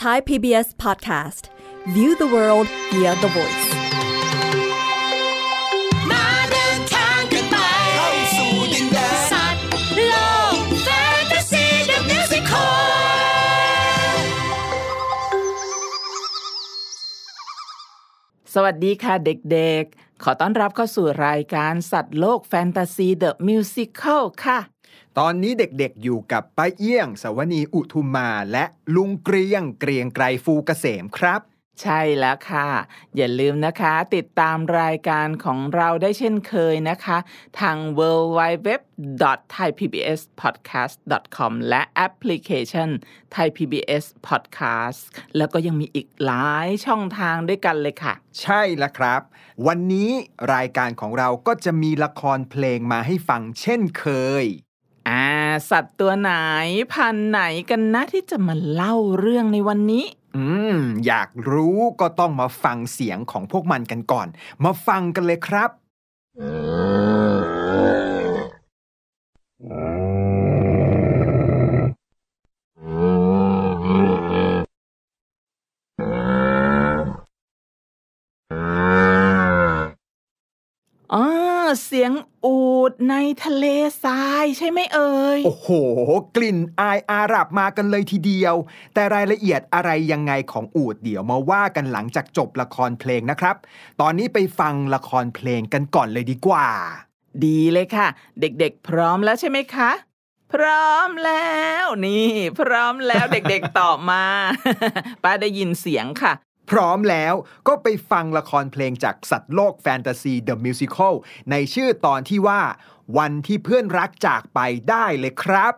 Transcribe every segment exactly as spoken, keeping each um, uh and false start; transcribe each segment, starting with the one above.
Thai พี บี เอส Podcast View the world via the voice มาเดินทางกันไปเข้าสู่ดินแดนสัตว์โลกแฟนตาซีเดอะมิวสิคลสวัสดีค่ะเด็กๆขอต้อนรับเข้าสู่รายการสัตว์โลกแฟนตาซีเดอะมิวสิคลค่ะตอนนี้เด็กๆอยู่กับป้าเอี้ยงสวนีอุทุมมาและลุงเกรียงเกรียงไกรฟูเกษมครับใช่แล้วค่ะอย่าลืมนะคะติดตามรายการของเราได้เช่นเคยนะคะทาง ดับเบิลยู ดับเบิลยู ดับเบิลยู ดอท ไทย พี บี เอส พอดแคสต์ ดอท คอม และแอปพลิเคชัน Thai พี บี เอส Podcast แล้วก็ยังมีอีกหลายช่องทางด้วยกันเลยค่ะใช่แล้วครับวันนี้รายการของเราก็จะมีละครเพลงมาให้ฟังเช่นเคยอ่าสัตว์ตัวไหนพันธุ์ไหนกันนะที่จะมาเล่าเรื่องในวันนี้อืมอยากรู้ก็ต้องมาฟังเสียงของพวกมันกันก่อนมาฟังกันเลยครับอ๋อเสียงอูฐในทะเลทรายใช่ไหมเอ่ยโอ้โหกลิ่นอายอาหรับมากันเลยทีเดียวแต่รายละเอียดอะไรยังไงของอูฐเดี๋ยวมาว่ากันหลังจากจบละครเพลงนะครับตอนนี้ไปฟังละครเพลงกันก่อนเลยดีกว่าดีเลยค่ะเด็กๆพร้อมแล้วใช่ไหมคะพร้อมแล้วนี่พร้อมแล้ว เด็กๆตอบมา ป้าได้ยินเสียงค่ะพร้อมแล้วก็ไปฟังละครเพลงจากสัตว์โลกแฟนตาซี The Musical ในชื่อตอนที่ว่าวันที่เพื่อนรักจากไปได้เลยครับ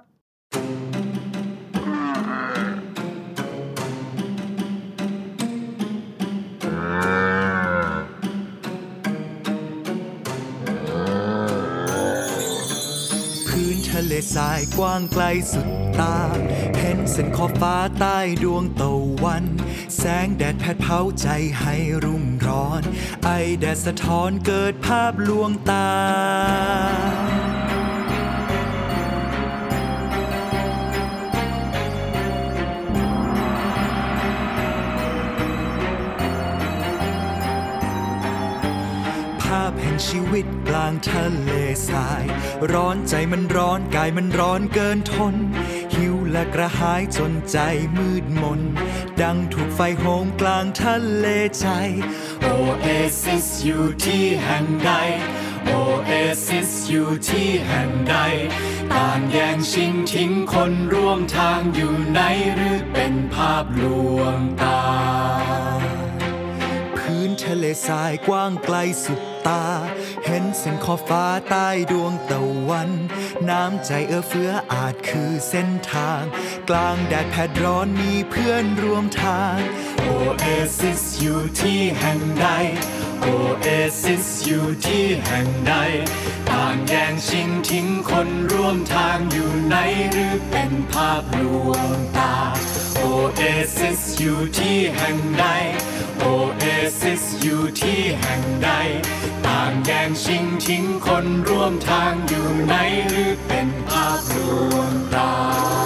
พื้นทะเลทรายกว้างไกลสุดตาเห็นเส้นขอบฟ้าใต้ดวงตะวันแสงแดดแผดเผาใจให้รุ่มร้อนไอแดดสะท้อนเกิดภาพลวงตาภาพแห่งชีวิตกลางทะเลทรายร้อนใจมันร้อนกายมันร้อนเกินทนหิวและกระหายจนใจมืดมนดังถูกไฟโหมกลางทะเลใจโอเอซิสอยู่ที่แห่งใดโอเอซิสอยู่ที่แห่งใดต่างแย่งชิงทิ้งคนร่วมทางอยู่ไหนหรือเป็นภาพลวงตาพื้นทะเลทรายกว้างไกลสุดตาเห็นเส้นขอบฟ้าใต้ดวงตะวันน้ำใจเอื้อเฟื้ออาจคือเส้นทางกลางแดดแผดร้อนมีเพื่อนร่วมทางโอเอซิสอยู่ที่แห่งใดโอเอซิสอยู่ที่แห่งใดต่างแย่งชิงทิ้งคนร่วมทางอยู่ไหนหรือเป็นภาพลวงตาโอเอซิสอยู่ที่แห่งใดโอเอซิสอยู่ที่แห่งใดต่างแย่งชิงทิ้งคนร่วมทางอยู่ไหนหรือเป็นภาพลวงตา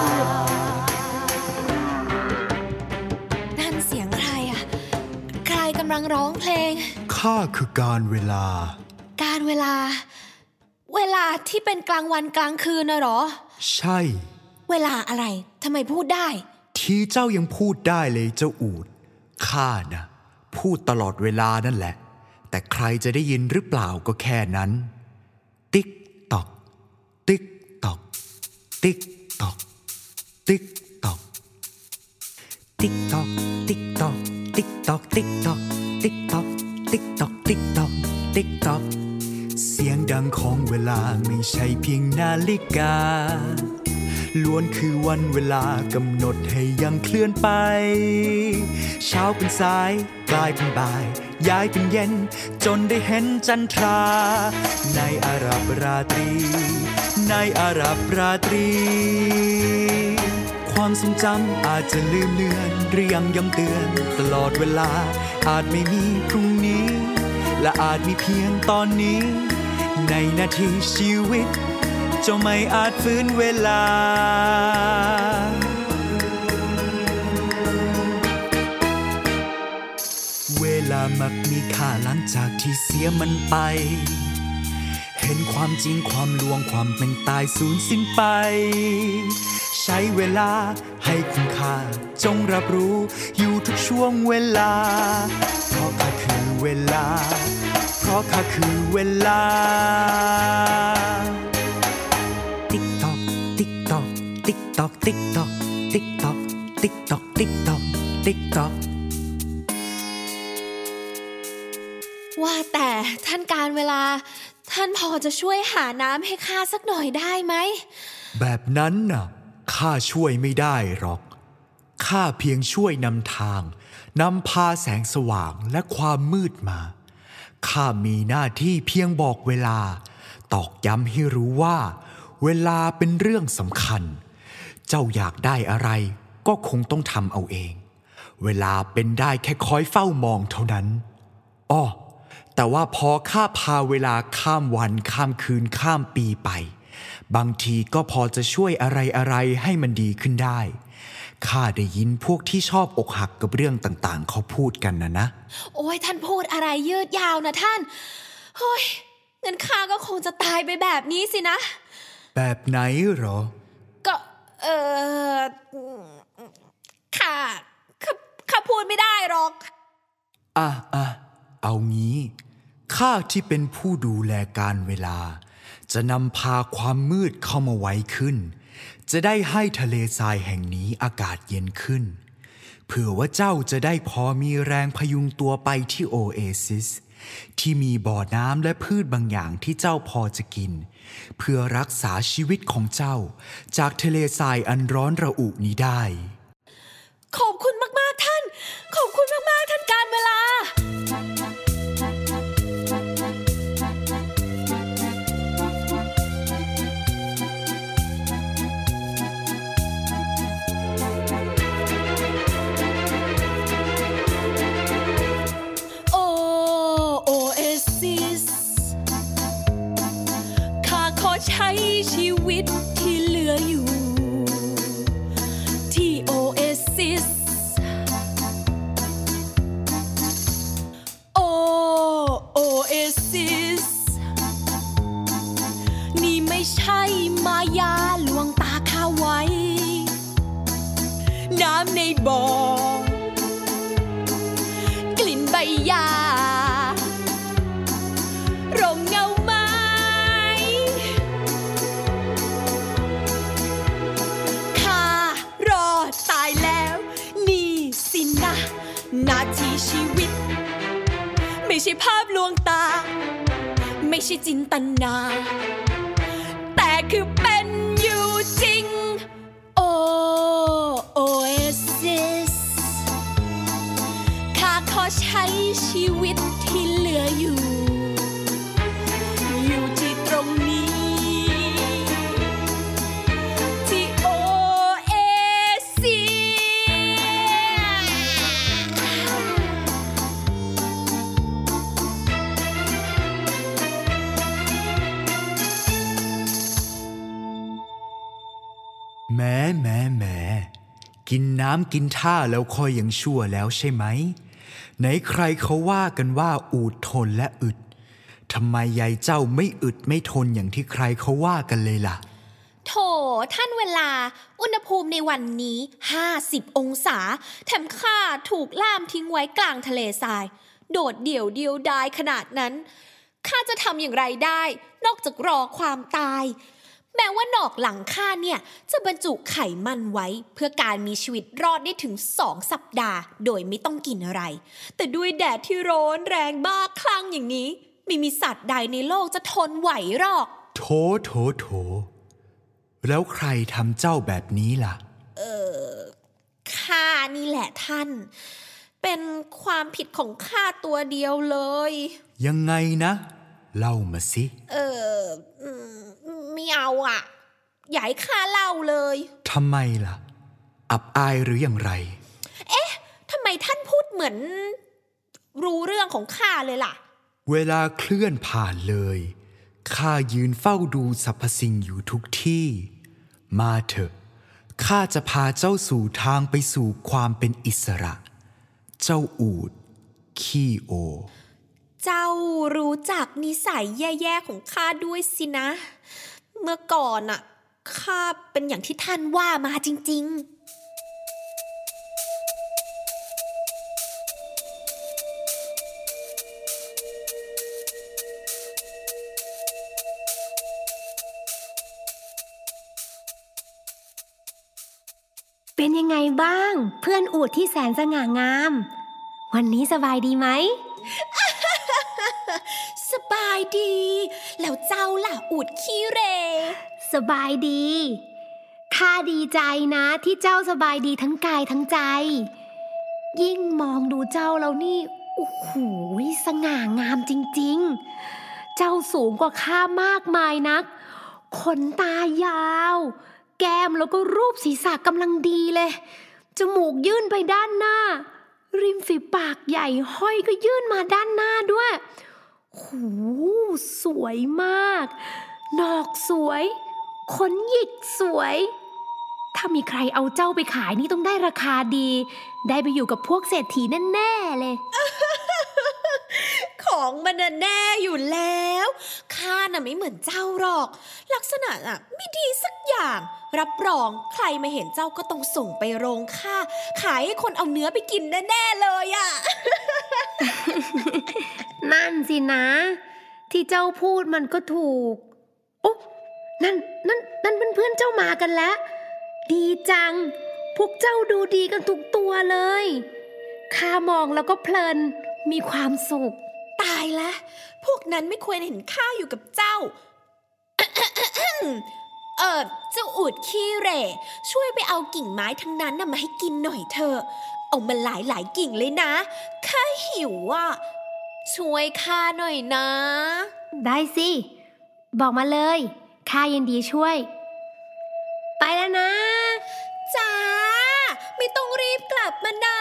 นั่นเสียงใครอ่ะใครกำลังร้องเพลงข้าคือการเวลาการเวลาเวลาที่เป็นกลางวันกลางคืนน่ะหรอใช่เวลาอะไรทำไมพูดได้ที่เจ้ายังพูดได้เลยเจ้าอูฐข้านะพูดตลอดเวลานั่นแหละแต่ใครจะได้ยินหรือเปล่าก็แค่นั้นติ๊กตอกติ๊กตอกติ๊กตอกติ๊กตอกติ๊กตอกติ๊กตอกติ๊กตอกติ๊กตอกติ๊กตอกติ๊กตอกติ๊กตอกติ๊กตอกเสียงดังของเวลาไม่ใช่เพียงนาฬิกาล้วนคือวันเวลากำหนดให้ยังเคลื่อนไปเช้าเป็นสายกลายเป็นบ่ายย้ายเป็นเย็นจนได้เห็นจันทราในอาหรับราตรีในอาหรับราตรีความทรงจำอาจจะลืมเลือนหรือยังย้ำเตือนตลอดเวลาอาจไม่มีพรุ่งนี้และอาจมีเพียงตอนนี้ในนาทีชีวิตเจ้าไม่อาจฟื้นเวลาลามักมีค่าหลังจากที่เสียมันไปเห็นความจริงความลวงความเป็นตายสูญสิ้นไปใช้เวลาให้คุณค่าจงรับรู้อยู่ทุกช่วงเวลาเพราะข้าคือเวลาเพราะข้าคือเวลาติ๊กตอกติ๊กตอกติ๊กตอกติ๊กตอกติ๊กตอกติ๊กตอกติ๊กตอกติ๊กตอกว่าแต่ท่านการเวลาท่านพอจะช่วยหาน้ำให้ข้าสักหน่อยได้ไหมแบบนั้นน่ะข้าช่วยไม่ได้หรอกข้าเพียงช่วยนำทางนำพาแสงสว่างและความมืดมาข้ามีหน้าที่เพียงบอกเวลาตอกย้ำให้รู้ว่าเวลาเป็นเรื่องสำคัญเจ้าอยากได้อะไรก็คงต้องทำเอาเองเวลาเป็นได้แค่คอยเฝ้ามองเท่านั้นอ้อแต่ว่าพอข้าพาเวลาข้ามวันข้ามคืนข้ามปีไปบางทีก็พอจะช่วยอะไรอะไรให้มันดีขึ้นได้ข้าได้ยินพวกที่ชอบอกหักกับเรื่องต่างๆเขาพูดกันนะนะโอ้ยท่านพูดอะไรยืดยาวนะท่านเฮ้ยงั้นข้าก็คงจะตายไปแบบนี้สินะแบบไหนหรอก็เออข้าข้าข้าพูดไม่ได้หรอกอ่ะอ่ะเอางี้ข้าที่เป็นผู้ดูแลการเวลาจะนำพาความมืดเข้ามาไว้ขึ้นจะได้ให้ทะเลทรายแห่งนี้อากาศเย็นขึ้นเผื่อว่าเจ้าจะได้พอมีแรงพยุงตัวไปที่โอเอซิสที่มีบ่อน้ำและพืชบางอย่างที่เจ้าพอจะกินเพื่อรักษาชีวิตของเจ้าจากทะเลทรายอันร้อนระอุนี้ได้ขอบคุณมากๆท่านขอบคุณมากๆท่านการเวลาใช้ชีวิตที่เหลืออยู่ที่โอเอซิสโอโอเอซิสนี่ไม่ใช่มายาลวงตาข้าไว้น้ำในบ่อกลิ่นใบหญ้าร่มเงานาทีชีวิตไม่ใช่ภาพลวงตาไม่ใช่จินตนาแต่คือเป็นอยู่จริงโอโอเอซิสข้าขอใช้ชีวิตที่เหลืออยู่อยู่ที่ตรงนี้แม้แม้แม้กินน้ำกินท่าแล้วค่อยยังชั่วแล้วใช่ไหมไหนใครเขาว่ากันว่าอูฐทนและอึดทำไมยายเจ้าไม่อึดไม่ทนอย่างที่ใครเขาว่ากันเลยล่ะโถท่านเวลาอุณหภูมิในวันนี้ห้าสิบองศาแถมข้าถูกล่ามทิ้งไว้กลางทะเลทรายโดดเดี่ยวเดียวดายขนาดนั้นข้าจะทำอย่างไรได้นอกจากรอความตายแม้ว่าหนอกหลังข้าเนี่ยจะบรรจุไขมันไว้เพื่อการมีชีวิตรอดได้ถึงสองสัปดาห์โดยไม่ต้องกินอะไรแต่ด้วยแดดที่ร้อนแรงบ้าคลั่งอย่างนี้ไม่มีสัตว์ใดในโลกจะทนไหวหรอกโถโถโถแล้วใครทำเจ้าแบบนี้ล่ะเออข้านี่แหละท่านเป็นความผิดของข้าตัวเดียวเลยยังไงนะเล่ามาสิเออไม่เอาอ่ะอย่าให้ข้าเล่าเลยทำไมล่ะอับอายหรืออย่างไรเอ๊ะทำไมท่านพูดเหมือนรู้เรื่องของข้าเลยล่ะเวลาเคลื่อนผ่านเลยข้ายืนเฝ้าดูสรรพสิ่งอยู่ทุกที่มาเถอะข้าจะพาเจ้าสู่ทางไปสู่ความเป็นอิสระเจ้าอูฐขี้โอเจ้ารู้จักนิสัยแย่ๆของข้าด้วยสินะ เมื่อก่อนน่ะข้าเป็นอย่างที่ท่านว่ามาจริงๆเป็นยังไงบ้างเพื่อนอูฐที่แสนสง่างามวันนี้สบายดีไหมสบายดีแล้วเจ้าล่ะอูฐขี้เหร่สบายดีข้าดีใจนะที่เจ้าสบายดีทั้งกายทั้งใจยิ่งมองดูเจ้าแล้วนี่โอ้โหสง่างามจริงๆเจ้าสูงกว่าข้ามากมายนักขนตายาวแก้มแล้วก็รูปศีรษะกำลังดีเลยจมูกยื่นไปด้านหน้าริมฝีปากใหญ่ห้อยก็ยื่นมาด้านหน้าด้วยโหสวยมากนอกสวยขนหยิกสวยถ้ามีใครเอาเจ้าไปขายนี่ต้องได้ราคาดีได้ไปอยู่กับพวกเศรษฐีแน่ๆเลยของมันน่ะแน่อยู่แล้วข้าน่ะไม่เหมือนเจ้าหรอกลักษณะอ่ะไม่ดีสักอย่างรับรองใครมาเห็นเจ้าก็ต้องส่งไปโรงฆ่าขายให้คนเอาเนื้อไปกินแน่ๆเลยอ่ะนั่นสินะที่เจ้าพูดมันก็ถูกโอ๊ะนั่นนั่นนั่นเพื่อนๆเจ้ามากันแล้วดีจังพวกเจ้าดูดีกันทุกตัวเลยข้ามองแล้วก็เพลินมีความสุขตายละพวกนั้นไม่ควรเห็นข้าอยู่กับเจ้า เออเจ้าอูฐขี้เหร่ช่วยไปเอากิ่งไม้ทั้งนั้นน่ะมาให้กินหน่อยเถอะเอามาหลายๆกิ่งเลยนะข้าหิวอ่ะช่วยข้าหน่อยนะได้สิบอกมาเลยข้ายินดีช่วยไปแล้วนะจ้าไม่ต้องรีบกลับมานะ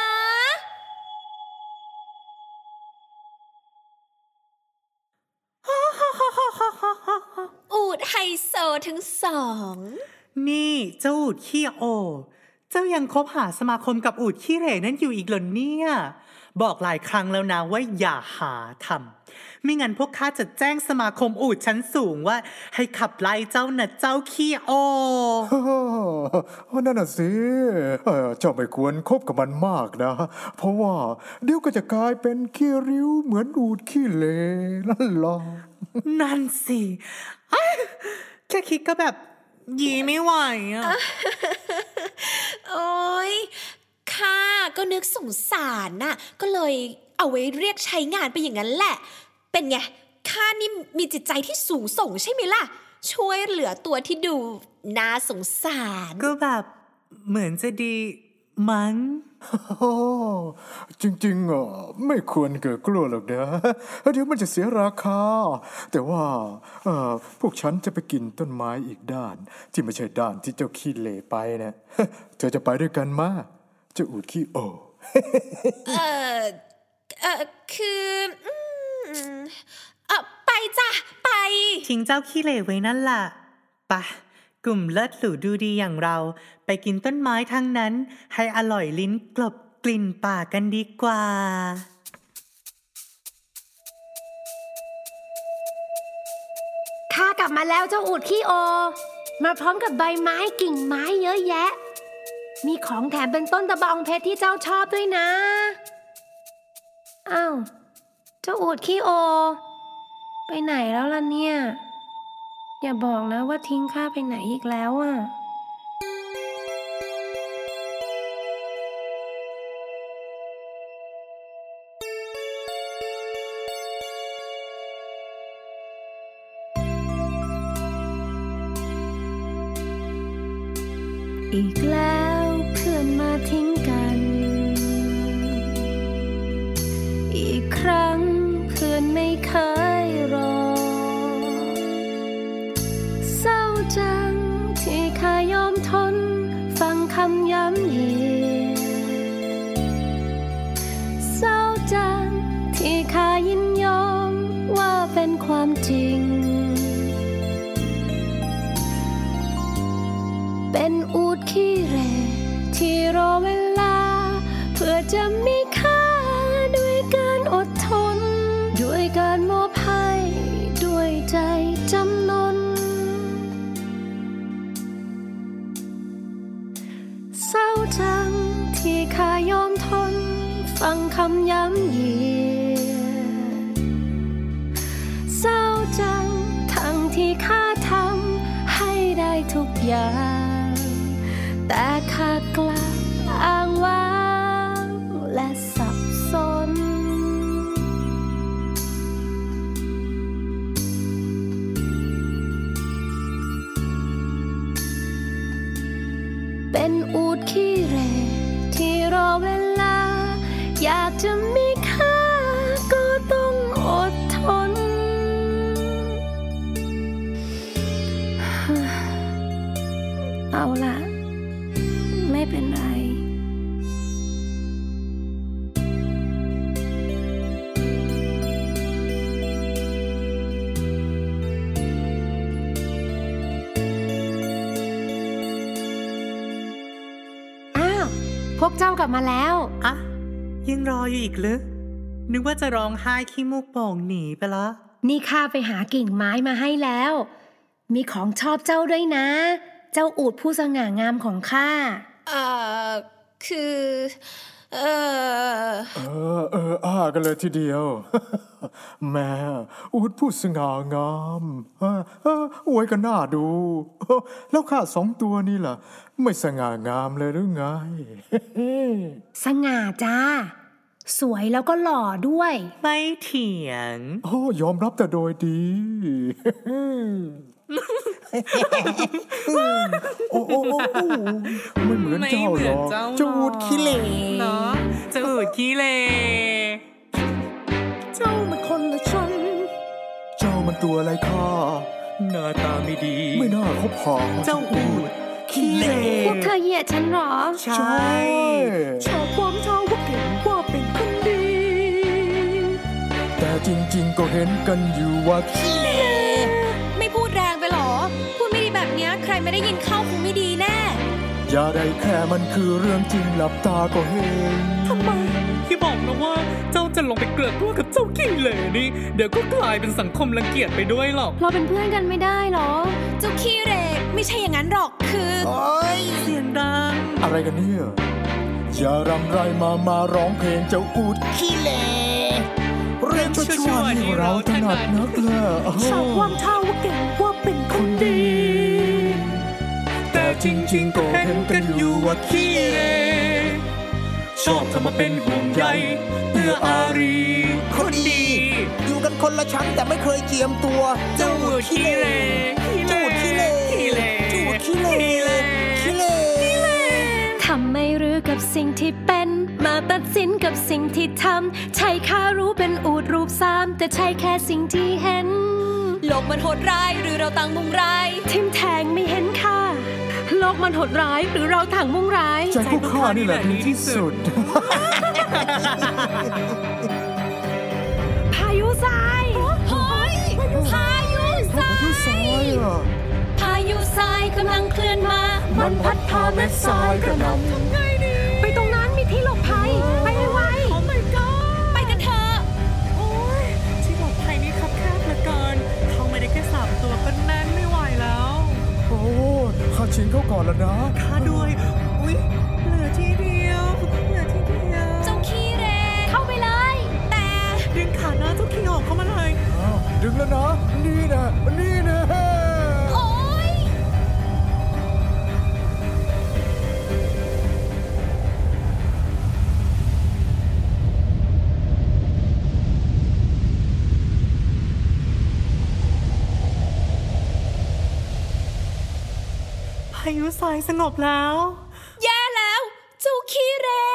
อูฐไฮโซทั้งสองนี่เจ้าอูฐขี้โอเจ้ายังคบหาสมาคมกับอูฐขี้เหร่นั่นอยู่อีกเหรอเนี่ยบอกหลายครั้งแล้วนะว่าอย่าหาทำไม่งั้นพวกข้าจะแจ้งสมาคมอูฐชั้นสูงว่าให้ขับไล่เจ้าน่ะเจ้าขี้โอนั่นน่ะสิเจ้าไม่ควรคบกับมันมากนะเพราะว่าเดี๋ยวก็จะกลายเป็นขี้ริ้วเหมือนอูฐขี้เหร่นั่นหรอนั่นสิแค่คิดก็แบบยีไม่ไหวอ่ะโอ๊ยข้าก็นึกสงสารน่ะก็เลยเอาไว้เรียกใช้งานไปอย่างนั้นแหละเป็นไงข้านี่มีจิตใจที่สูงส่งใช่ไหมล่ะช่วยเหลือตัวที่ดูน่าสงสารก็แบบเหมือนจะดีมั้งจริงๆอ่ะไม่ควรเกิดกลัวหรอกนะเดี๋ยวมันจะเสียราคาแต่ว่าเอ่อพวกฉันจะไปกินต้นไม้อีกด้านที่ไม่ใช่ด้านที่เจ้าขี้เหร่ไปนะเธอจะไปด้วยกันมาเจ้าอูฐขี้โอเอ่อเอ่อคือเอ่อไปจ้ะไปทิ้งเจ้าขี้เหร่ไว้นั่นล่ะไปกลุ่มเลิศหรูดูดีอย่างเราไปกินต้นไม้ทั้งนั้นให้อร่อยลิ้นกลบกลิ่นปากกันดีกว่าข้ากลับมาแล้วเจ้าอูฐขี้โอมาพร้อมกับใบไม้กิ่งไม้เยอะแยะมีของแถมเป็นต้นตะบองเพชรที่เจ้าชอบด้วยนะอ้าวเจ้าอูฐขี้โอไปไหนแล้วล่ะเนี่ยอย่าบอกนะว่าทิ้งข้าไปไหนอีกแล้วอ่ะอีกแล้วเพื่อนมาทิ้งกันอีกครั้งเพื่อนไม่เคยรอเศร้าจังที่ข้ายอมทนฟังคำย้ำเยียดเศร้าจังที่ข้ายินยอมว่าเป็นความจริงเป็นอูฐขี้เหร่ที่รอเวลาเพื่อจะมีค่าด้วยการอการมอบให้ด้วยใจจำนนเศร้าจังที่ข้ายอมทนฟังคำย้ำเยียดเศร้าจังทั้งที่ข้าทำให้ได้ทุกอย่างแต่ข้ากลับอ้างว้างและสับสนเป็นอูฐขี้เหร่ที่รอเวลาอยากจะมีค่าก็ต้องอดทนเอาล่ะไม่เป็นไรพวกเจ้ากลับมาแล้วอะยังรออยู่อีกหรือนึกว่าจะร้องไห้ขี้มูกโป่งหนีไปละนี่ข้าไปหากิ่งไม้มาให้แล้วมีของชอบเจ้าด้วยนะเจ้าอูฐผู้สง่างามของข้าเอ่อคือเออเออเอออ้ากันเลยทีเดียว แม่อูฐผู้สง่างามเออเอออวยกันหน้าดูแล้วข้าสองตัวนี่ล่ะไม่สง่างามเลยหรือไงสง่าจ้าสวยแล้วก็หล่อด้วยไม่เถียงโอ้ยอมรับแต่โดยดีโอ้โอ้โอ้ไม่เหมือนเจ้าหรอกเจ้าอูฐขี้เหร่เนาะเจ้าอูฐขี้เหร่เจ้ามันคนละชั้นเจ้ามันตัวอะไรข้าหน้าตาไม่ดีไม่น่าคบหาเจ้าอูฐขี้เหร่พวกเธอเหยียดฉันหรอใช่ชอบความเจ้าว่าเก่งว่าเป็นคนดีแต่จริงๆก็เห็นกันอยู่ว่าขี้เหร่ไม่พูดแรงไปหรอพูดไม่ดีแบบนี้ใครไม่ได้ยินเข้าคงไม่ดีแน่อย่าได้แค่มันคือเรื่องจริงหลับตาก็เห็นทำไมที่บอกนะว่าเจ้าจะลงไปเกลือกกลัวกับเจ้าขี้เหร่นี่เดี๋ยวก็กลายเป็นสังคมรังเกียจไปด้วยหรอกเราเป็นเพื่อนกันไม่ได้หรอเจ้าขี้เหร่ไม่ใช่อย่างนั้นหรอกคือโอ๊ยเสียงดังอะไรกันเนี่ยอย่ารำไรมามาร้องเพลงเจ้าอูฐขี้เหร่เรื่องชั่วๆนี่เราถนัดนักแลชอบความเท่าว่าเก่งว่าเป็นคนดีแต่จริงๆก็เห็นกันอยู่ว่าขี้เหร่ชอบทำมาเป็นห่วงใยเอื้ออารีคนดีอยู่กันคนละชั้นแต่ไม่เคยเจียมตัวเจ้าอูฐขี้เหร่เจ้าอูฐขี้เหร่เจ้าอูฐขี้เหร่ขี้เหร่ทำไม่รู้กับสิ่งที่เป็นมาตัดสินกับสิ่งที่ทำใช่ข้ารู้เป็นอูฐรูปสามแต่ใช่แค่สิ่งที่เห็นโลกมันโหดร้ายหรือเราต่างมุ่งร้ายทิมแทงไม่เห็นค่าโลกมันโหดร้ายหรือเราต่างมุ่งร้ายใจพวกข้านี่แหละดีที่สุดพายุทรายเฮ้ยพายุทรายพายุทรายกำลังเคลื่อนมามันพัดพาเม็ดทรายกระหน่ำทำไงดีไปตรงนั้นมีที่หลบภัยไปไวๆ Oh my god ไปกันเถอะโอ้ยที่หลบภัยนี่คับแคบเหลือเกินเข้าไม่ได้แค่สามตัวก็แน่นไม่ไหวแล้วโอ้ข้าชิงเข้าก่อนแล้วนะข้าด้วยอุ๊ยเหลือทีเดียวเหลือทีเดียวเจ้าขี้เหร่เข้าไปเลยแต่ดึงขาหน้าเจ้าขี้ออกเข้ามาเลยดึงแล้วนะนี่นะนี่นะโอ๊ยพายุทรายสงบแล้วแย่แล้วเจ้าขี้เหร่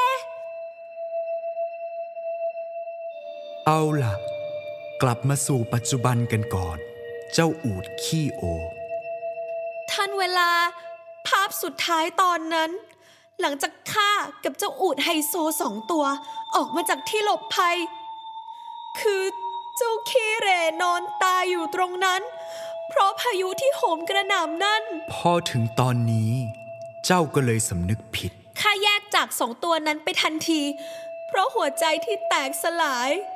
เอาล่ะกลับมาสู่ปัจจุบันกันก่อนเจ้าอูฐขี้โอท่านเวลาภาพสุดท้ายตอนนั้นหลังจากข้ากับเจ้าอูฐไฮโซสองตัวออกมาจากที่หลบภัยคือเจ้าขี้เหร่นอนตายอยู่ตรงนั้นเพราะพายุที่โหมกระหน่ำนั่นพอถึงตอนนี้เจ้าก็เลยสำนึกผิดข้าแยกจากสองตัวนั้นไปทันทีเพราะหัวใจที่แตกสลาย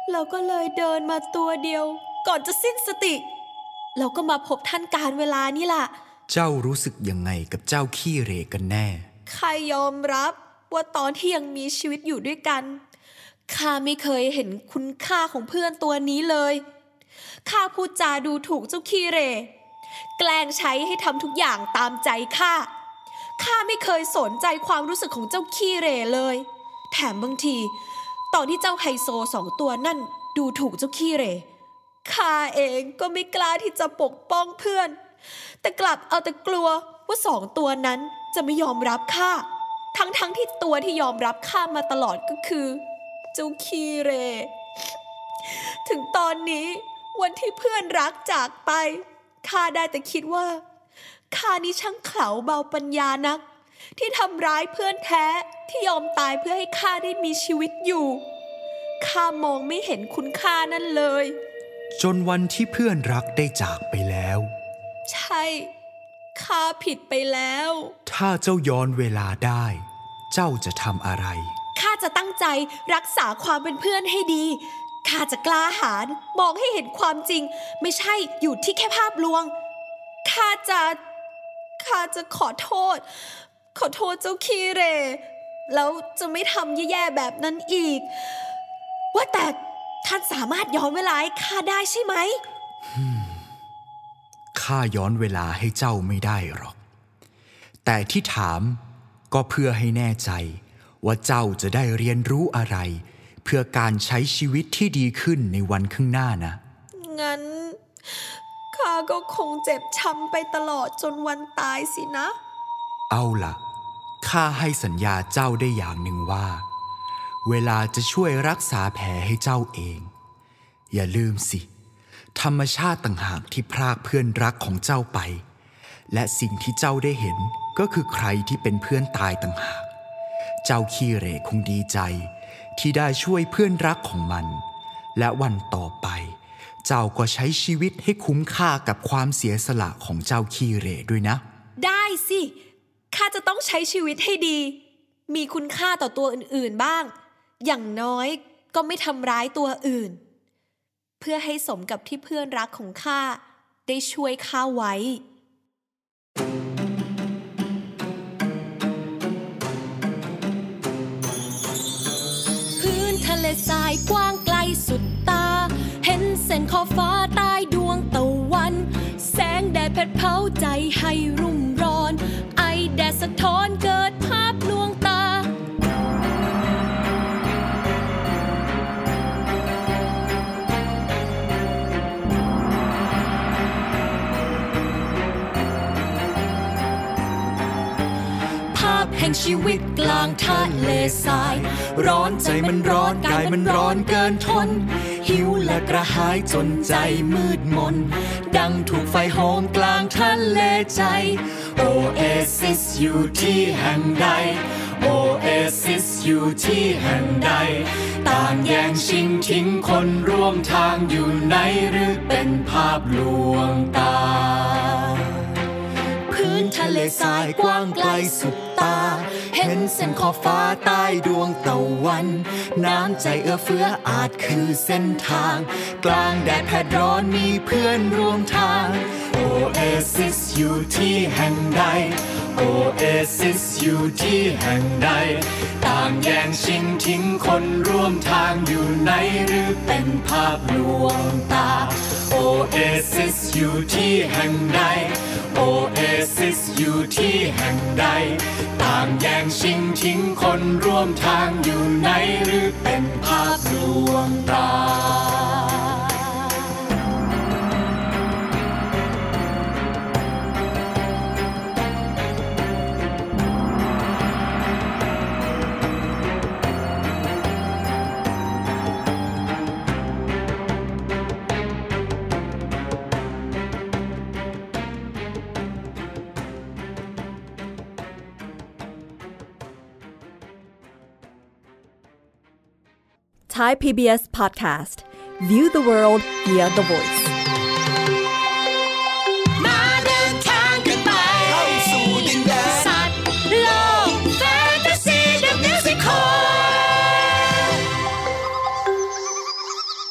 เราก็เลยเดินมาตัวเดียวก่อนจะสิ้นสติเราก็มาพบท่านการเวลานี่ล่ะเจ้ารู้สึกยังไงกับเจ้าขี้เหร่กันแน่ข้ายอมรับว่าตอนที่ยังมีชีวิตอยู่ด้วยกันข้าไม่เคยเห็นคุณค่าของเพื่อนตัวนี้เลยข้าพูดจาดูถูกเจ้าขี้เหร่แกล้งใช้ให้ทำทุกอย่างตามใจข้าข้าไม่เคยสนใจความรู้สึกของเจ้าขี้เหร่เลยแถมบางทีตอนที่เจ้าไฮโซสองตัวนั่นดูถูกเจ้าขี้เหร่ข้าเองก็ไม่กล้าที่จะปกป้องเพื่อนแต่กลับเอาแต่กลัวว่าสองตัวนั้นจะไม่ยอมรับข้าทั้งๆ ท, ที่ตัวที่ยอมรับข้ามาตลอดก็คือเจ้าขี้เหร่ถึงตอนนี้วันที่เพื่อนรักจากไปข้าได้แต่คิดว่าข้านี่ช่างเขลาเบาปัญญานักที่ทำร้ายเพื่อนแท้ที่ยอมตายเพื่อให้ข้าได้มีชีวิตอยู่ข้ามองไม่เห็นคุณค่านั่นเลยจนวันที่เพื่อนรักได้จากไปแล้วใช่ข้าผิดไปแล้วถ้าเจ้าย้อนเวลาได้เจ้าจะทำอะไรข้าจะตั้งใจรักษาความเป็นเพื่อนให้ดีข้าจะกล้าหาญมองให้เห็นความจริงไม่ใช่อยู่ที่แค่ภาพลวงข้าจะข้าจะขอโทษขอโทษเจ้าขี้เหร่แล้วจะไม่ทำแย่ๆแบบนั้นอีกว่าแต่ท่านสามารถย้อนเวลาให้ข้าได้ใช่ไหมข้าย้อนเวลาให้เจ้าไม่ได้หรอกแต่ที่ถามก็เพื่อให้แน่ใจว่าเจ้าจะได้เรียนรู้อะไรเพื่อการใช้ชีวิตที่ดีขึ้นในวันข้างหน้านะงั้นข้าก็คงเจ็บช้ำไปตลอดจนวันตายสินะเอาล่ะข้าให้สัญญาเจ้าได้อย่างหนึ่งว่าเวลาจะช่วยรักษาแผลให้เจ้าเองอย่าลืมสิธรรมชาติต่างหากที่พรากเพื่อนรักของเจ้าไปและสิ่งที่เจ้าได้เห็นก็คือใครที่เป็นเพื่อนตายต่างหากเจ้าขี้เหร่คงดีใจที่ได้ช่วยเพื่อนรักของมันและวันต่อไปเจ้าก็ใช้ชีวิตให้คุ้มค่ากับความเสียสละของเจ้าขี้เหร่ด้วยนะได้สิข้าจะต้องใช้ชีวิตให้ดีมีคุณค่าต่อตัวอื่นๆบ้างอย่างน้อยก็ไม่ทำร้ายตัวอื่นเพื่อให้สมกับที่เพื่อนรักของข้าได้ช่วยข้าไว้พื้นทะเลทรายกว้างไกลสุดตาเห็นเส้นขอบฟ้าใต้ดวงตะวันแสงแดดเผดเผาใจให้รุ่มร้อนไอแดดสะท้อนเกิดภาพลวงตาแห่งชีวิตกลางทะเลทรายร้อนใจมันร้อนกายมันร้อนเกินทนหิวและกระหายจนใจมืดมนดังถูกไฟโหมกลางทะเลใจโอเอซิสอยู่ที่แห่งใดโอเอซิสอยู่ที่แห่งใดต่างแย่งชิงทิ้งคนร่วมทางอยู่ไหนหรือเป็นภาพลวงตาพื้นทะเลทรายกว้างไกลสุดตาเห็นเส้นขอบฟ้าใต้ดวงตะวันน้ำใจเอื้อเฟื้ออาจคือเส้นทางกลางแดดแผดร้อนมีเพื่อนร่วมทางโอเอซิสอยู่ที่แห่งใดโอเอซิสอยู่ที่แห่งใดต่างแย่งชิงทิ้งคนร่วมทางอยู่ไหนหรือเป็นภาพลวงตาโอเอซิสอยู่ที่แห่งใดโอเอซิสอยู่ที่แห่งใดต่างแย่งชิงทิ้งคนร่วมทางอยู่ไหนหรือเป็นภาพลวงตา Thai พี บี เอส Podcast View the world via the voice มาเดินทางกันไปเข้าสู่ดินแดนสัตว์โลกแฟนตาซีเดอะมิวสิคอล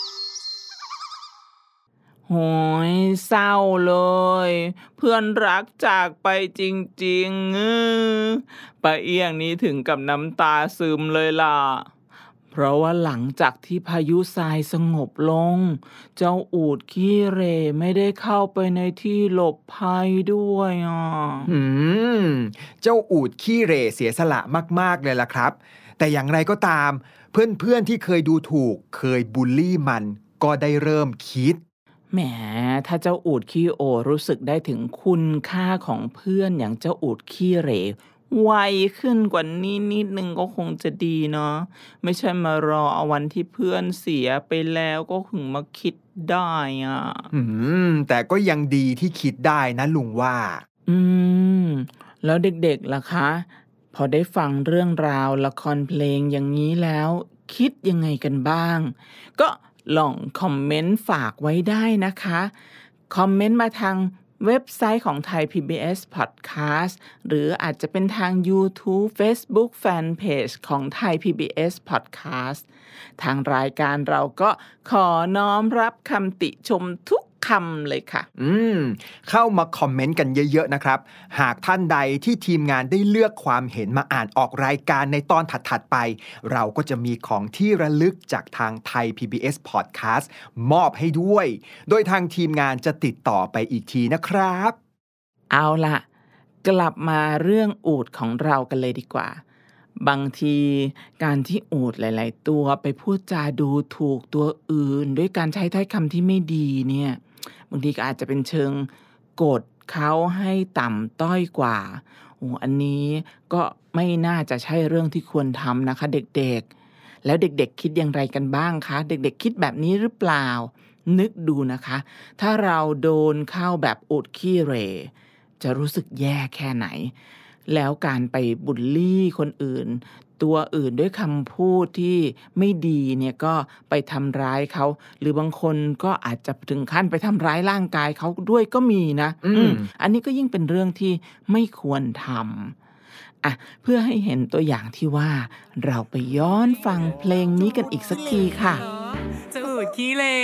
โหยเศร้าเลยเพื่อนรักจากไปจริงๆป้าเอี้ยงนี้ถึงกับน้ำตาซึมเลยล่ะเพราะว่าหลังจากที่พายุทรายสงบลงเจ้าอูฐขี้เหร่ไม่ได้เข้าไปในที่หลบภัยด้วยอ่ะอืมเจ้าอูฐขี้เหร่เสียสละมากๆเลยล่ะครับแต่อย่างไรก็ตามเพื่อนๆที่เคยดูถูกเคยบูลลี่มันก็ได้เริ่มคิดแหมถ้าเจ้าอูฐขี้โอรู้สึกได้ถึงคุณค่าของเพื่อนอย่างเจ้าอูฐขี้เหร่ไวขึ้นกว่านี้นิดนึงก็คงจะดีเนาะไม่ใช่มารอเอาวันที่เพื่อนเสียไปแล้วก็ถึงมาคิดได้อ่ะอืมแต่ก็ยังดีที่คิดได้นะลุงว่าอืมแล้วเด็กๆล่ะคะพอได้ฟังเรื่องราวละครเพลงอย่างนี้แล้วคิดยังไงกันบ้างก็ลองคอมเมนต์ฝากไว้ได้นะคะคอมเมนต์มาทางเว็บไซต์ของ Thai พี บี เอส Podcast หรืออาจจะเป็นทาง YouTube Facebook Fanpage ของ Thai พี บี เอส Podcast ทางรายการเราก็ขอน้อมรับคำติชมทุกคำเลยค่ะอืมเข้ามาคอมเมนต์กันเยอะๆนะครับหากท่านใดที่ทีมงานได้เลือกความเห็นมาอ่านออกรายการในตอนถัดๆไปเราก็จะมีของที่ระลึกจากทาง Thai พี บี เอส Podcast มอบให้ด้วยโดยทางทีมงานจะติดต่อไปอีกทีนะครับเอาล่ะกลับมาเรื่องอูฐของเรากันเลยดีกว่าบางทีการที่อูฐหลายๆตัวไปพูดจาดูถูกตัวอื่นด้วยการใช้ถ้อยคำที่ไม่ดีเนี่ยบางทีก็อาจจะเป็นเชิงกดเขาให้ต่ำต้อยกว่าโอ้อันนี้ก็ไม่น่าจะใช่เรื่องที่ควรทำนะคะเด็กๆแล้วเด็กๆคิดอย่างไรกันบ้างคะเด็กๆคิดแบบนี้หรือเปล่านึกดูนะคะถ้าเราโดนเข้าแบบอูฐขี้เหร่จะรู้สึกแย่แค่ไหนแล้วการไปบูลลี่คนอื่นตัวอื่นด้วยคำพูดที่ไม่ดีเนี่ยก็ไปทำร้ายเขาหรือบางคนก็อาจจะถึงขั้นไปทำร้ายร่างกายเขาด้วยก็มีนะ อ, อืมอันนี้ก็ยิ่งเป็นเรื่องที่ไม่ควรทำอ่ะเพื่อให้เห็นตัวอย่างที่ว่าเราไปย้อนฟังเพลงนี้กันอีกสักทีค่ะเจ้าอูฐขี้เหร่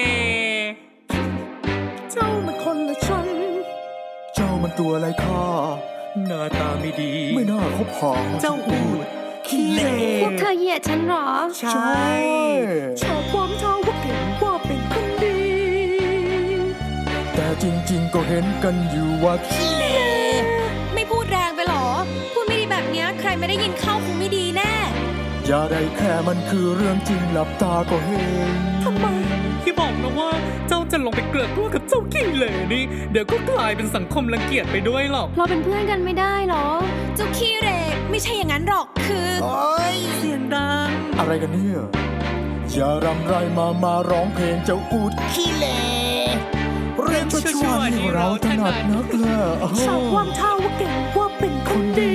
เจ้ามันคนละชั้นเจ้ามันตัวอะไรข้าหน้าตาไม่ดีไม่น่าคบหาเจ้าอูฐขี้เหร่พวกเธอเหยียดฉันหรอใช่ชอบความเท่าว่าเก่งว่าเป็นคนดีแต่จริงๆก็เห็นกันอยู่ว่าขี้เหร่ไม่พูดแรงไปหรอพูดไม่ดีแบบนี้ใครไม่ได้ยินเข้าคงไม่ดีแน่อย่าได้แค่มันคือเรื่องจริงหลับตาก็เห็นทำไมที่บอกนะว่าเจ้าจะลงไปเกลือกกลัวกับเจ้าขี้เหร่นี่เดี๋ยวก็กลายเป็นสังคมรังเกียจไปด้วยหรอกเราเป็นเพื่อนกันไม่ได้หรอเจ้าขี้เหร่ไม่ใช่อย่างนั้นหรอกคือโอ๊ยเสียงดังอะไรกันเนี่ยอย่ารำไรมามาร้องเพลงเจ้าอูฐขี้เหร่เรื่องชั่วๆนี่เราถนัดนักแลชอบความเท่าว่าเก่งว่าเป็นคนดี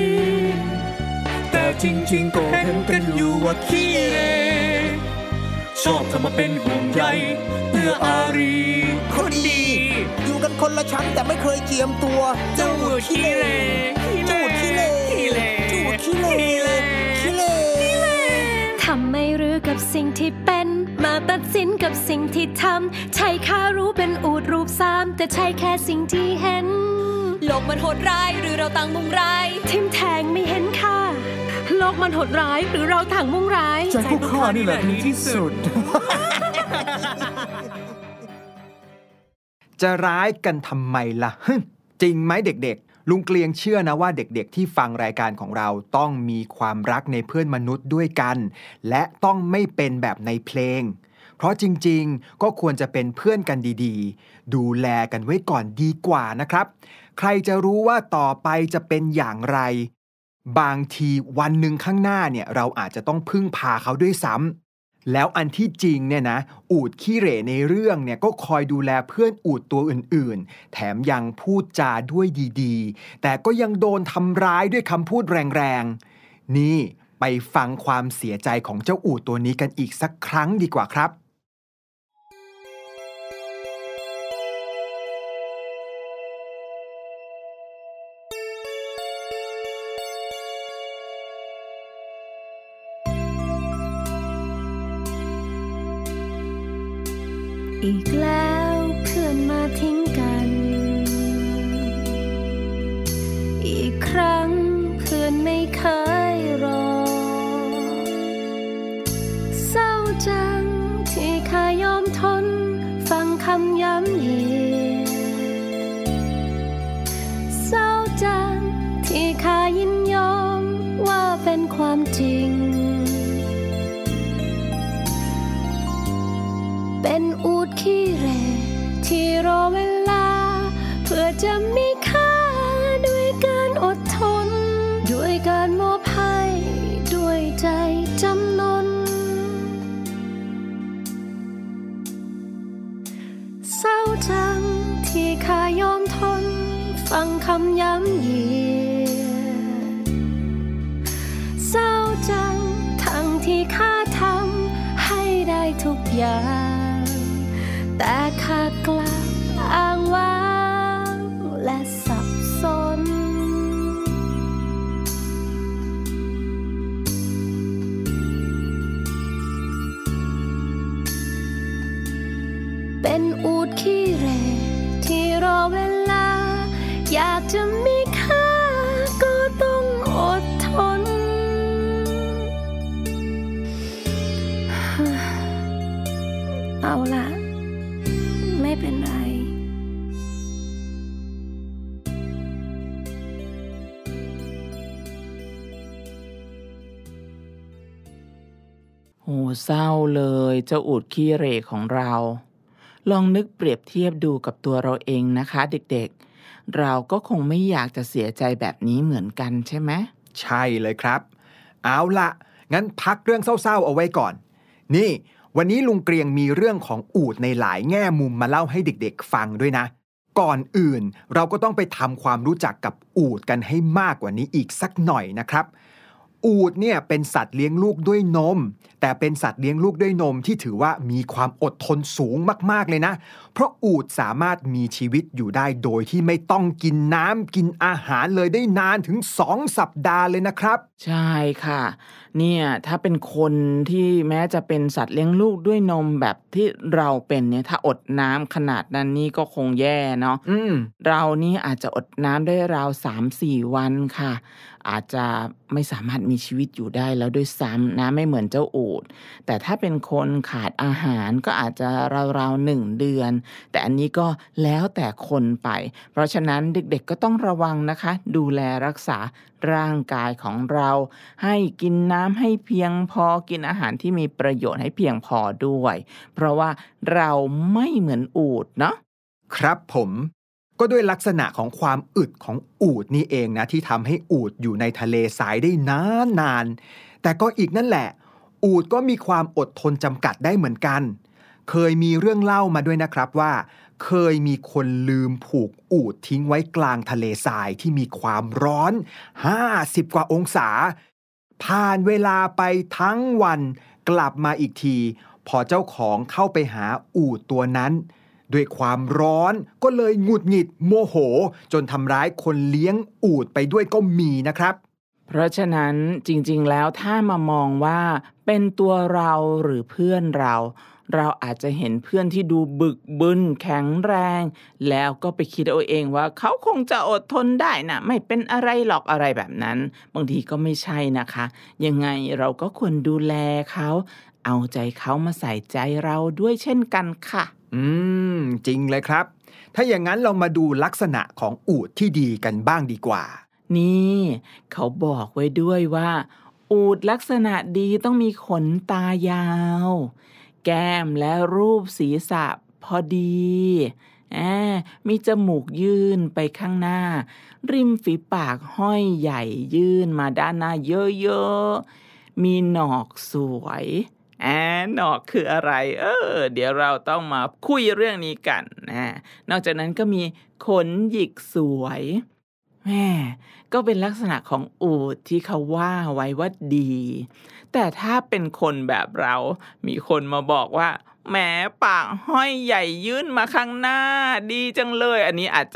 แต่จริงๆก็เห็นกันอยู่ว่าขี้เหร่ชอบทำมาเป็นห่วงใยเพื่ออารีคนดีอยู่กันคนละชั้นแต่ไม่เคยเจียมตัวเจ้าอูฐขี้เหร่จูดขี้เหร่จูดขี้เหร่ขี้เหร่ทำไม่รู้กับสิ่งที่เป็นมาตัดสินกับสิ่งที่ทำใช่ข้ารู้เป็นอูฐรูปสามแต่ใช่แค่สิ่งที่เห็นโลกมันโหดร้ายหรือเราต่างมุมร้ายทิมแทงไม่เห็นค่ะโลกมันโหดร้ายหรือเราต่างมุ่งร้ายใจพวกข้านี่แหละดีที่สุดจะร้ายกันทำไมล่ะจริงไหมเด็กๆลุงเกลียงเชื่อนะว่าเด็กๆที่ฟังรายการของเราต้องมีความรักในเพื่อนมนุษย์ด้วยกันและต้องไม่เป็นแบบในเพลงเพราะจริงๆก็ควรจะเป็นเพื่อนกันดีๆดูแลกันไว้ก่อนดีกว่านะครับใครจะรู้ว่าต่อไปจะเป็นอย่างไรบางทีวันหนึ่งข้างหน้าเนี่ยเราอาจจะต้องพึ่งพาเขาด้วยซ้ำแล้วอันที่จริงเนี่ยนะอูฐขี้เหร่ในเรื่องเนี่ยก็คอยดูแลเพื่อนอูฐตัวอื่นๆแถมยังพูดจาด้วยดีๆแต่ก็ยังโดนทำร้ายด้วยคำพูดแรงๆนี่ไปฟังความเสียใจของเจ้าอูฐตัวนี้กันอีกสักครั้งดีกว่าครับอีกแล้วเพื่ออนมาทิ้งกันอีกครั้งเพื่อนไม่เคยรอเศร้าจังที่ข้ายอมทนฟังคำย้ำยีเศร้าจังที่ข้ายินยอมว่าเป็นความจริงเป็นอูฐขี้เหร่ที่รอเวลาเพื่อจะมีค่าด้วยการอดทนด้วยการมอบให้ด้วยใจจำนนเศร้าจังที่ข้ายอมทนฟังคำย้ำยีเศร้าจังทั้งที่ข้าทำให้ได้ทุกอย่างแต่ข้ากลับอ้างว้างและสับสนเป็นอูฐขี้เหร่ที่รอเวลาอยากจะมีค่าก็ต้องอดทนเอาล่ะไม่เป็นไรโหเศร้าเลยเจ้าอูฐขี้เหร่ของเราลองนึกเปรียบเทียบดูกับตัวเราเองนะคะเด็กๆเราก็คงไม่อยากจะเสียใจแบบนี้เหมือนกันใช่ไหมใช่เลยครับเอาล่ะงั้นพักเรื่องเศร้าๆเอาไว้ก่อนนี่วันนี้ลุงเกรียงมีเรื่องของอูฐในหลายแง่มุมมาเล่าให้เด็กๆฟังด้วยนะก่อนอื่นเราก็ต้องไปทำความรู้จักกับอูฐกันให้มากกว่านี้อีกสักหน่อยนะครับอูฐเนี่ยเป็นสัตว์เลี้ยงลูกด้วยนมแต่เป็นสัตว์เลี้ยงลูกด้วยนมที่ถือว่ามีความอดทนสูงมากๆเลยนะเพราะอูฐสามารถมีชีวิตอยู่ได้โดยที่ไม่ต้องกินน้ำกินอาหารเลยได้นานถึงสองสัปดาห์เลยนะครับใช่ค่ะเนี่ยถ้าเป็นคนที่แม้จะเป็นสัตว์เลี้ยงลูกด้วยนมแบบที่เราเป็นเนี่ยถ้าอดน้ำขนาดนั้นนี่ก็คงแย่เนาะเรานี่อาจจะอดน้ำได้ราว สามถึงสี่ วันค่ะอาจจะไม่สามารถมีชีวิตอยู่ได้แล้วด้วยซ้ำนะไม่เหมือนเจ้าอูฐแต่ถ้าเป็นคนขาดอาหารก็อาจจะราวๆหนึ่งเดือนแต่อันนี้ก็แล้วแต่คนไปเพราะฉะนั้นเด็กๆก็ต้องระวังนะคะดูแลรักษาร่างกายของเราให้กินน้ำให้เพียงพอกินอาหารที่มีประโยชน์ให้เพียงพอด้วยเพราะว่าเราไม่เหมือนอูฐเนาะครับผมก็ด้วยลักษณะของความอึดของอูฐนี่เองนะที่ทำให้อูฐอยู่ในทะเลทรายได้นานๆแต่ก็อีกนั่นแหละอูฐก็มีความอดทนจำกัดได้เหมือนกันเคยมีเรื่องเล่ามาด้วยนะครับว่าเคยมีคนลืมผูกอูฐทิ้งไว้กลางทะเลทรายที่มีความร้อนห้าสิบกว่าองศาผ่านเวลาไปทั้งวันกลับมาอีกทีพอเจ้าของเข้าไปหาอูฐตัวนั้นด้วยความร้อนก็เลยหงุดหงิดโมโหจนทำร้ายคนเลี้ยงอูฐไปด้วยก็มีนะครับเพราะฉะนั้นจริงๆแล้วถ้ามามองว่าเป็นตัวเราหรือเพื่อนเราเราอาจจะเห็นเพื่อนที่ดูบึกบึนแข็งแรงแล้วก็ไปคิดเอาเองว่าเขาคงจะอดทนได้นะไม่เป็นอะไรหรอกอะไรแบบนั้นบางทีก็ไม่ใช่นะคะยังไงเราก็ควรดูแลเขาเอาใจเขามาใส่ใจเราด้วยเช่นกันค่ะอืมจริงเลยครับถ้าอย่างนั้นเรามาดูลักษณะของอูฐที่ดีกันบ้างดีกว่านี่เขาบอกไว้ด้วยว่าอูฐลักษณะดีต้องมีขนตายาวแก้มและรูปศีรษะพอดีแอบมีจมูกยื่นไปข้างหน้าริมฝีปากห้อยใหญ่ยื่นมาด้านหน้าเยอะๆมีหนอกสวยแอบหนอกคืออะไรเออเดี๋ยวเราต้องมาคุยเรื่องนี้กันนะนอกจากนั้นก็มีขนหยิกสวยแม่ก็เป็นลักษณะของอูฐที่เขาว่าไว้ว่าดีแต่ถ้าเป็นคนแบบเรามีคนมาบอกว่าแหมปากห้อยใหญ่ยื่นมาข้างหน้าดีจังเลยอันนี้อาจจะ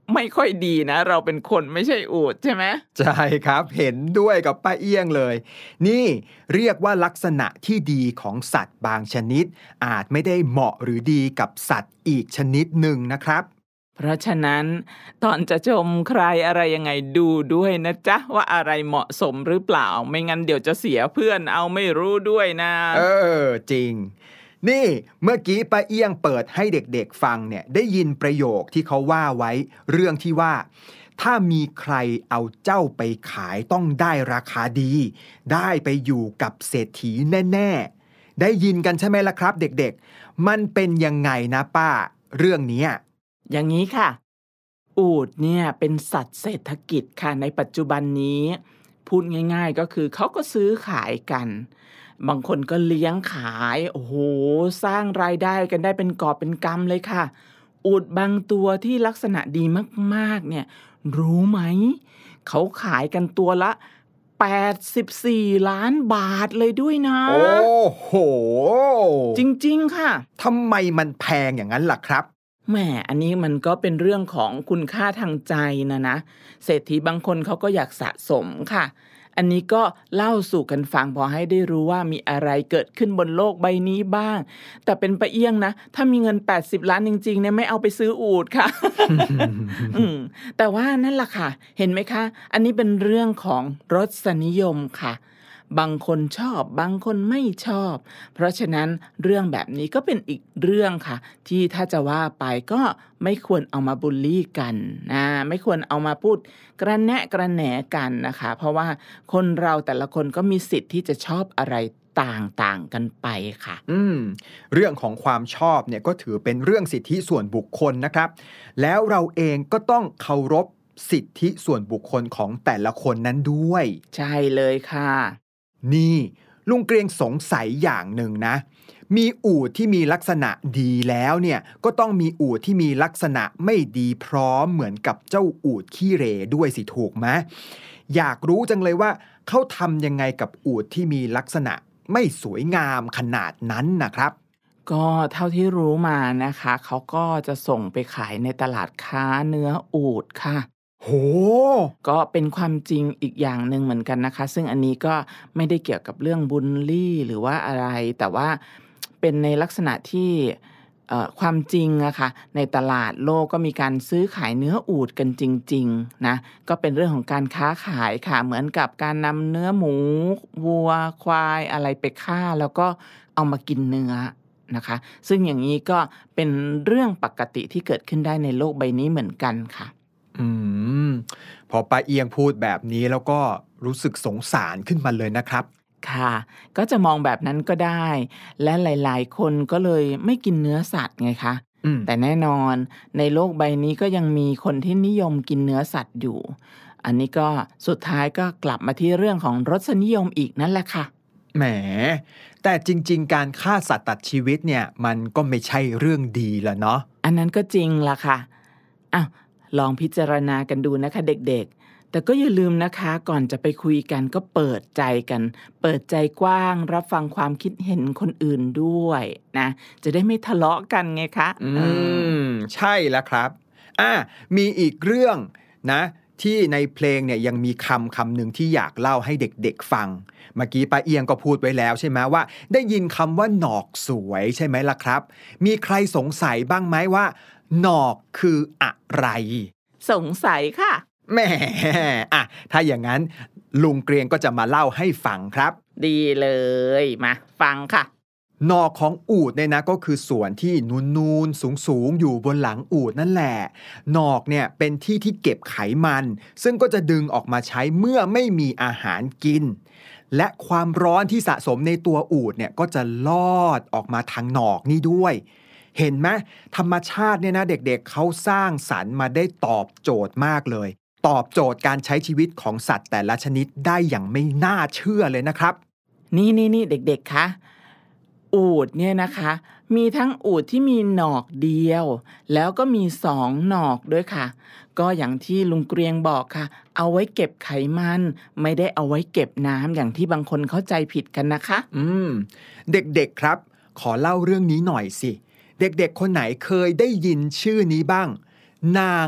ไม่ค่อยดีนะเราเป็นคนไม่ใช่อูฐใช่ไหมใช่ครับเห็นด้วยกับป้าเอี้ยงเลยนี่เรียกว่าลักษณะที่ดีของสัตว์บางชนิดอาจไม่ได้เหมาะหรือดีกับสัตว์อีกชนิดหนึ่งนะครับเพราะฉะนั้นตอนจะชมใครอะไรยังไงดูด้วยนะจ๊ะว่าอะไรเหมาะสมหรือเปล่าไม่งั้นเดี๋ยวจะเสียเพื่อนเอาไม่รู้ด้วยนะเออจริงนี่เมื่อกี้ป้าเอี้ยงเปิดให้เด็กๆฟังเนี่ยได้ยินประโยคที่เขาว่าไว้เรื่องที่ว่าถ้ามีใครเอาเจ้าไปขายต้องได้ราคาดีได้ไปอยู่กับเศรษฐีแน่ๆได้ยินกันใช่ไหมล่ะครับเด็กๆมันเป็นยังไงนะป้าเรื่องนี้อย่างนี้ค่ะอูฐเนี่ยเป็นสัตว์เศรษฐกิจค่ะในปัจจุบันนี้พูดง่ายๆก็คือเขาก็ซื้อขายกันบางคนก็เลี้ยงขายโอ้โหสร้างรายได้กันได้เป็นกอบเป็นกำเลยค่ะอูฐบางตัวที่ลักษณะดีมากๆเนี่ยรู้ไหมเขาขายกันตัวละแปดสิบสี่ล้านบาทเลยด้วยนะโอ้โหจริงๆค่ะทำไมมันแพงอย่างนั้นล่ะครับแหมอันนี้มันก็เป็นเรื่องของคุณค่าทางใจนะนะเศรษฐีบางคนเขาก็อยากสะสมค่ะอันนี้ก็เล่าสู่กันฟังพอให้ได้รู้ว่ามีอะไรเกิดขึ้นบนโลกใบนี้บ้างแต่เป็นป้าเอี้ยงนะถ้ามีเงินแปดสิบล้านจริงๆเนี่ยไม่เอาไปซื้ออูฐค่ะ อืมแต่ว่านั่นแหละค่ะเห็นไหมคะอันนี้เป็นเรื่องของรสนิยมค่ะบางคนชอบบางคนไม่ชอบเพราะฉะนั้นเรื่องแบบนี้ก็เป็นอีกเรื่องค่ะที่ถ้าจะว่าไปก็ไม่ควรเอามาบูลลี่กันนะไม่ควรเอามาพูดกระแนะกระแหนกันนะคะเพราะว่าคนเราแต่ละคนก็มีสิทธิ์ที่จะชอบอะไรต่างๆกันไปค่ะอืมเรื่องของความชอบเนี่ยก็ถือเป็นเรื่องสิทธิส่วนบุคคลนะครับแล้วเราเองก็ต้องเคารพสิทธิส่วนบุคคลของแต่ละคนนั้นด้วยใช่เลยค่ะนี่ลุงเกรียงสงสัยอย่างหนึ่งนะมีอูฐที่มีลักษณะดีแล้วเนี่ยก็ต้องมีอูฐที่มีลักษณะไม่ดีพร้อมเหมือนกับเจ้าอูฐขี้เหร่ด้วยสิถูกไหมอยากรู้จังเลยว่าเขาทำยังไงกับอูฐที่มีลักษณะไม่สวยงามขนาดนั้นนะครับก็เท่าที่รู้มานะคะเขาก็จะส่งไปขายในตลาดค้าเนื้ออูฐค่ะโหก็เป็นความจริงอีกอย่างหนึ่งเหมือนกันนะคะซึ่งอันนี้ก็ไม่ได้เกี่ยวกับเรื่องบูลลี่หรือว่าอะไรแต่ว่าเป็นในลักษณะที่ความจริงอะค่ะในตลาดโลกก็มีการซื้อขายเนื้ออูฐกันจริงๆนะก็เป็นเรื่องของการค้าขายค่ะเหมือนกับการนำเนื้อหมูวัวควายอะไรไปฆ่าแล้วก็เอามากินเนื้อนะคะซึ่งอย่างนี้ก็เป็นเรื่องปกติที่เกิดขึ้นได้ในโลกใบนี้เหมือนกันค่ะอืมพอป้าเอียงพูดแบบนี้แล้วก็รู้สึกสงสารขึ้นมาเลยนะครับค่ะก็จะมองแบบนั้นก็ได้และหลายๆคนก็เลยไม่กินเนื้อสัตว์ไงคะแต่แน่นอนในโลกใบนี้ก็ยังมีคนที่นิยมกินเนื้อสัตว์อยู่อันนี้ก็สุดท้ายก็กลับมาที่เรื่องของรสนิยมอีกนั่นแหละค่ะแหมแต่จริงๆการฆ่าสัตว์ตัดชีวิตเนี่ยมันก็ไม่ใช่เรื่องดีละเนาะอันนั้นก็จริงล่ะค่ะอ้าวลองพิจารณากันดูนะคะเด็กๆแต่ก็อย่าลืมนะคะก่อนจะไปคุยกันก็เปิดใจกันเปิดใจกว้างรับฟังความคิดเห็นคนอื่นด้วยนะจะได้ไม่ทะเลาะกันไงคะอืมใช่แล้วครับอ่ะมีอีกเรื่องนะที่ในเพลงเนี่ยยังมีคำคำหนึ่งที่อยากเล่าให้เด็กๆฟังเมื่อกี้ป้าเอียงก็พูดไว้แล้วใช่ไหมว่าได้ยินคำว่าหนอกสวยใช่ไหมล่ะครับมีใครสงสัยบ้างไหมว่าหนอกคืออะไรสงสัยค่ะแหมอ่ะถ้าอย่างนั้นลุงเกรียงก็จะมาเล่าให้ฟังครับดีเลยมาฟังค่ะหนอกของอูฐเนี่ยนะก็คือส่วนที่นูนๆสูงๆอยู่บนหลังอูฐนั่นแหละหนอกเนี่ยเป็นที่ที่เก็บไขมันซึ่งก็จะดึงออกมาใช้เมื่อไม่มีอาหารกินและความร้อนที่สะสมในตัวอูฐเนี่ยก็จะลอดออกมาทางหนอกนี่ด้วยเห็นไหมธรรมชาติเนี่ยนะเด็กๆ เ, เขาสร้างสรรค์มาได้ตอบโจทย์มากเลยตอบโจทย์การใช้ชีวิตของสัตว์แต่ละชนิดได้อย่างไม่น่าเชื่อเลยนะครับนี่นี่นี่เด็กๆคะอูฐเนี่ยนะคะมีทั้งอูฐที่มีหนอกเดียวแล้วก็มีสองหนอกด้วยค่ะก็อย่างที่ลุงเกรียงบอกค่ะเอาไว้เก็บไขมันไม่ได้เอาไว้เก็บน้ำอย่างที่บางคนเข้าใจผิดกันนะคะอืมเด็กๆครับขอเล่าเรื่องนี้หน่อยสิเด็กๆคนไหนเคยได้ยินชื่อนี้บ้างนางป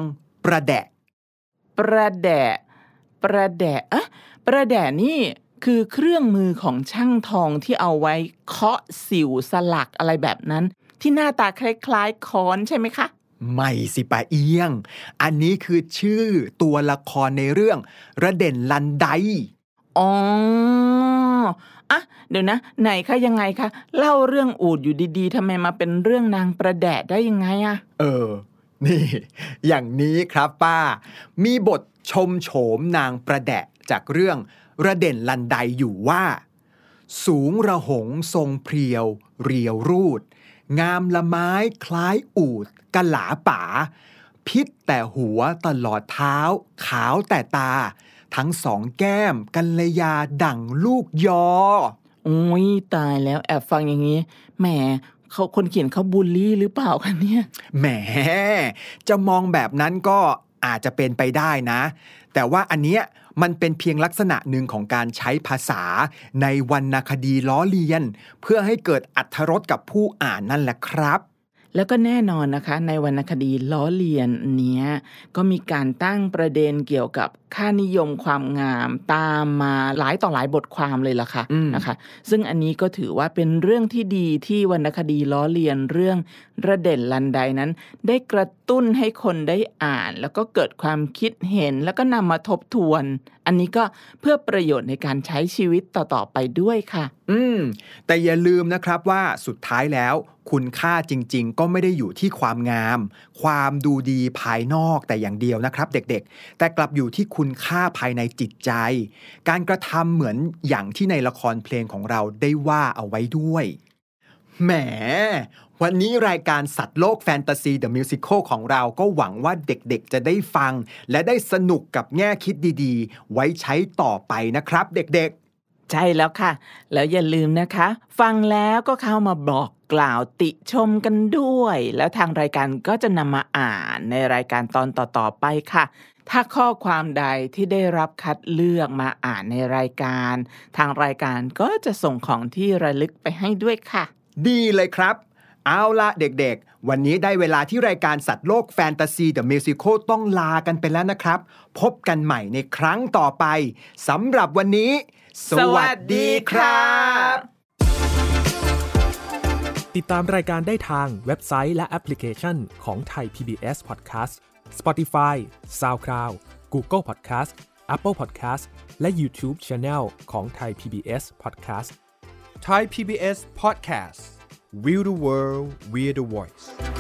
ประแดะประแดะประแดะอะประแดะนี่คือเครื่องมือของช่างทองที่เอาไว้เคาะสิวสลักอะไรแบบนั้นที่หน้าตาคล้ายๆค้อนใช่ไหมคะไม่สิป้าเอียงอันนี้คือชื่อตัวละครในเรื่องระเด่นลันไดอ๋ออ่ะเดี๋ยวนะไหนคะยังไงคะเล่าเรื่องอูฐอยู่ดีๆทำไมมาเป็นเรื่องนางประแดะได้ยังไงอะเออนี่อย่างนี้ครับป้ามีบทชมโฉมนางประแดะจากเรื่องระเด่นลันไดอยู่ว่าสูงระหงทรงเพรียวเรียวรูดงามละไม้คล้ายอูฐกะหลาป๋าพิษแต่หัวตลอดเท้าขาวแต่ตาทั้งสองแก้มกัลยาดั่งลูกยอโอ้ยตายแล้วแอบฟังอย่างนี้แหมเขาคนเขียนเขาบูลลี่หรือเปล่าคะเนี่ยแหมจะมองแบบนั้นก็อาจจะเป็นไปได้นะแต่ว่าอันเนี้ยมันเป็นเพียงลักษณะหนึ่งของการใช้ภาษาในวรรณคดีล้อเลียนเพื่อให้เกิดอรรถรสกับผู้อ่านนั่นแหละครับแล้วก็แน่นอนนะคะในวรรณคดีล้อเลียนเนี้ยก็มีการตั้งประเด็นเกี่ยวกับค่านิยมความงามตามมาหลายต่อหลายบทความเลยล่ะค่ะนะคะซึ่งอันนี้ก็ถือว่าเป็นเรื่องที่ดีที่วรรณคดีล้อเลียนเรื่องระเด่นลันไดนั้นได้กระตุ้นให้คนได้อ่านแล้วก็เกิดความคิดเห็นแล้วก็นำมาทบทวนอันนี้ก็เพื่อประโยชน์ในการใช้ชีวิตต่อๆไปด้วยค่ะอืมแต่อย่าลืมนะครับว่าสุดท้ายแล้วคุณค่าจริงๆก็ไม่ได้อยู่ที่ความงามความดูดีภายนอกแต่อย่างเดียวนะครับเด็กๆแต่กลับอยู่ที่คุณค่าภายในจิตใจการกระทำเหมือนอย่างที่ในละครเพลงของเราได้ว่าเอาไว้ด้วยแหมวันนี้รายการสัตว์โลกแฟนตาซีเดอะมิวสิคลของเราก็หวังว่าเด็กๆจะได้ฟังและได้สนุกกับแง่คิดดีๆไว้ใช้ต่อไปนะครับเด็กๆใช่แล้วค่ะแล้วอย่าลืมนะคะฟังแล้วก็เข้ามาบอกกล่าวติชมกันด้วยแล้วทางรายการก็จะนำมาอ่านในรายการตอนต่อๆไปค่ะถ้าข้อความใดที่ได้รับคัดเลือกมาอ่านในรายการทางรายการก็จะส่งของที่ระลึกไปให้ด้วยค่ะดีเลยครับเอาละเด็กๆวันนี้ได้เวลาที่รายการสัตว์โลกแฟนตาซีเดอะมิวสิคลต้องลากันไปแล้วนะครับพบกันใหม่ในครั้งต่อไปสำหรับวันนี้สวัสดีครับติดตามรายการได้ทางเว็บไซต์และแอปพลิเคชันของ Thai พี บี เอส Podcast Spotify SoundCloud Google Podcast Apple Podcast และ YouTube Channel ของ Thai พี บี เอส Podcast Thai พี บี เอส Podcast We the World We the Voice